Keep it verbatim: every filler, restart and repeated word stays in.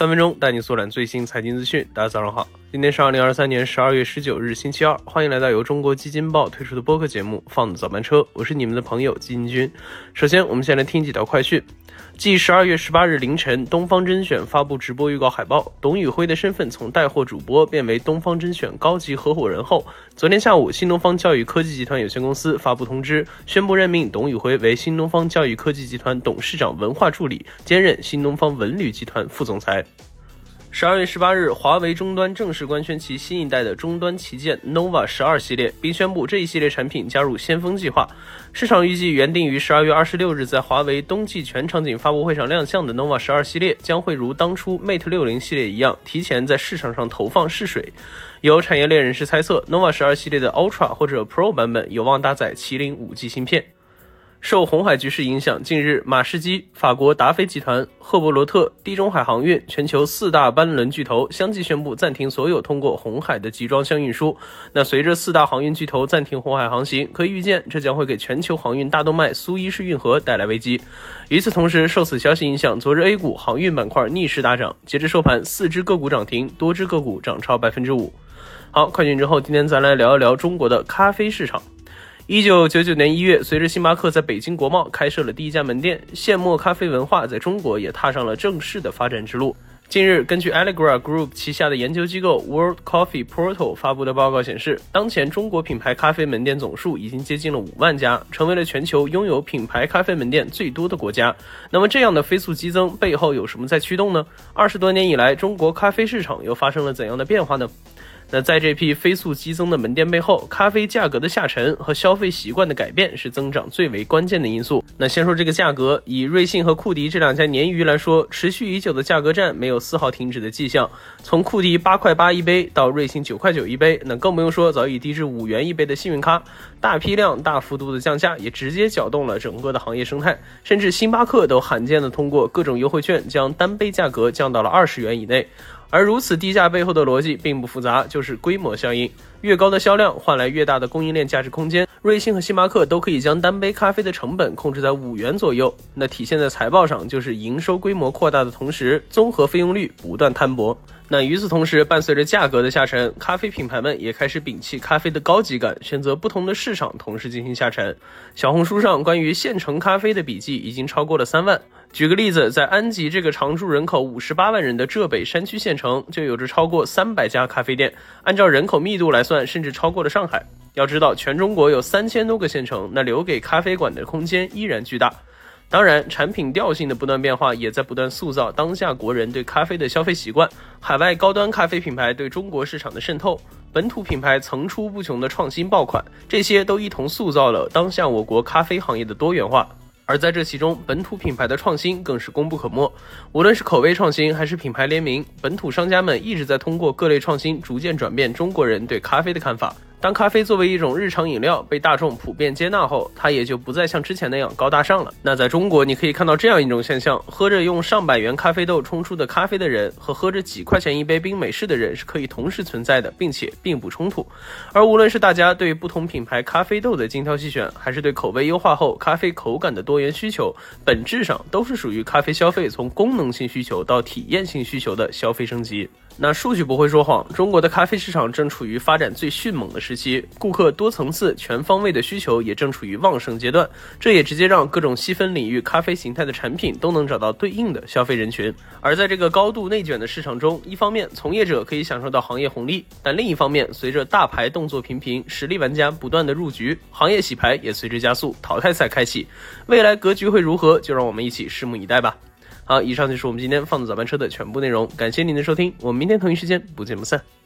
三分钟带你速览最新财经资讯。大家早上好，今天是二零二三年十二月十九日星期二，欢迎来到由中国基金报推出的播客节目放的早班车，我是你们的朋友基金君。首先我们先来听几条快讯。继十二月十八日凌晨东方甄选发布直播预告海报，董宇辉的身份从带货主播变为东方甄选高级合伙人后，昨天下午新东方教育科技集团有限公司发布通知，宣布任命董宇辉为新东方教育科技集团董事长文化助理，兼任新东方文旅集团副总裁。十二月十八日，华为终端正式官宣其新一代的终端旗舰 Nova 十二系列，并宣布这一系列产品加入先锋计划。市场预计原定于十二月二十六日在华为冬季全场景发布会上亮相的 Nova 十二系列，将会如当初 Mate 六十系列一样，提前在市场上投放试水。有产业链人士猜测 Nova 十二系列的 Ultra 或者 Pro 版本有望搭载麒麟 五 G 芯片。受红海局势影响，近日马士基、法国达菲集团、赫伯罗特、地中海航运全球四大班轮巨头相继宣布暂停所有通过红海的集装箱运输。那随着四大航运巨头暂停红海航行，可以预见这将会给全球航运大动脉苏伊士运河带来危机。与此同时，受此消息影响，昨日 A 股航运板块逆势大涨，截至收盘，四只个股涨停，多只个股涨超 百分之五。 好，快讯之后，今天咱来聊一聊中国的咖啡市场。一九九九年一月，随着星巴克在北京国贸开设了第一家门店，现磨咖啡文化在中国也踏上了正式的发展之路。近日，根据 Allegra Group 旗下的研究机构 World Coffee Portal 发布的报告显示，当前中国品牌咖啡门店总数已经接近了五万家，成为了全球拥有品牌咖啡门店最多的国家。那么这样的飞速激增背后有什么在驱动呢？二十多年以来，中国咖啡市场又发生了怎样的变化呢？那在这批飞速激增的门店背后，咖啡价格的下沉和消费习惯的改变是增长最为关键的因素。那先说这个价格，以瑞幸和库迪这两家鲶鱼来说，持续已久的价格战没有丝毫停止的迹象。从库迪八块八一杯到瑞幸九块九一杯，那更不用说早已低至五元一杯的幸运咖。大批量大幅度的降价也直接搅动了整个的行业生态，甚至星巴克都罕见的通过各种优惠券将单杯价格降到了二十元以内。而如此低价背后的逻辑并不复杂，就是规模效应。越高的销量换来越大的供应链价值空间，瑞幸和星巴克都可以将单杯咖啡的成本控制在五元左右。那体现在财报上，就是营收规模扩大的同时，综合费用率不断摊薄。那与此同时，伴随着价格的下沉，咖啡品牌们也开始摒弃咖啡的高级感，选择不同的市场同时进行下沉。小红书上关于现成咖啡的笔记已经超过了三万。举个例子，在安吉这个常住人口五十八万人的浙北山区县城，就有着超过三百家咖啡店，按照人口密度来算，甚至超过了上海。要知道，全中国有三千多个县城，那留给咖啡馆的空间依然巨大。当然，产品调性的不断变化也在不断塑造当下国人对咖啡的消费习惯，海外高端咖啡品牌对中国市场的渗透，本土品牌层出不穷的创新爆款，这些都一同塑造了当下我国咖啡行业的多元化。而在这其中，本土品牌的创新更是功不可没。无论是口味创新还是品牌联名，本土商家们一直在通过各类创新逐渐转变中国人对咖啡的看法。当咖啡作为一种日常饮料被大众普遍接纳后，它也就不再像之前那样高大上了。那在中国，你可以看到这样一种现象，喝着用上百元咖啡豆冲出的咖啡的人和喝着几块钱一杯冰美式的人是可以同时存在的，并且并不冲突。而无论是大家对不同品牌咖啡豆的精挑细选，还是对口味优化后咖啡口感的多元需求，本质上都是属于咖啡消费从功能性需求到体验性需求的消费升级。那数据不会说谎，中国的咖啡市场正处于发展最迅猛的时期，顾客多层次全方位的需求也正处于旺盛阶段，这也直接让各种细分领域咖啡形态的产品都能找到对应的消费人群。而在这个高度内卷的市场中，一方面从业者可以享受到行业红利，但另一方面随着大牌动作频频，实力玩家不断的入局，行业洗牌也随之加速，淘汰赛开启，未来格局会如何，就让我们一起拭目以待吧。好，以上就是我们今天放的早班车的全部内容，感谢您的收听，我们明天同一时间不见不散。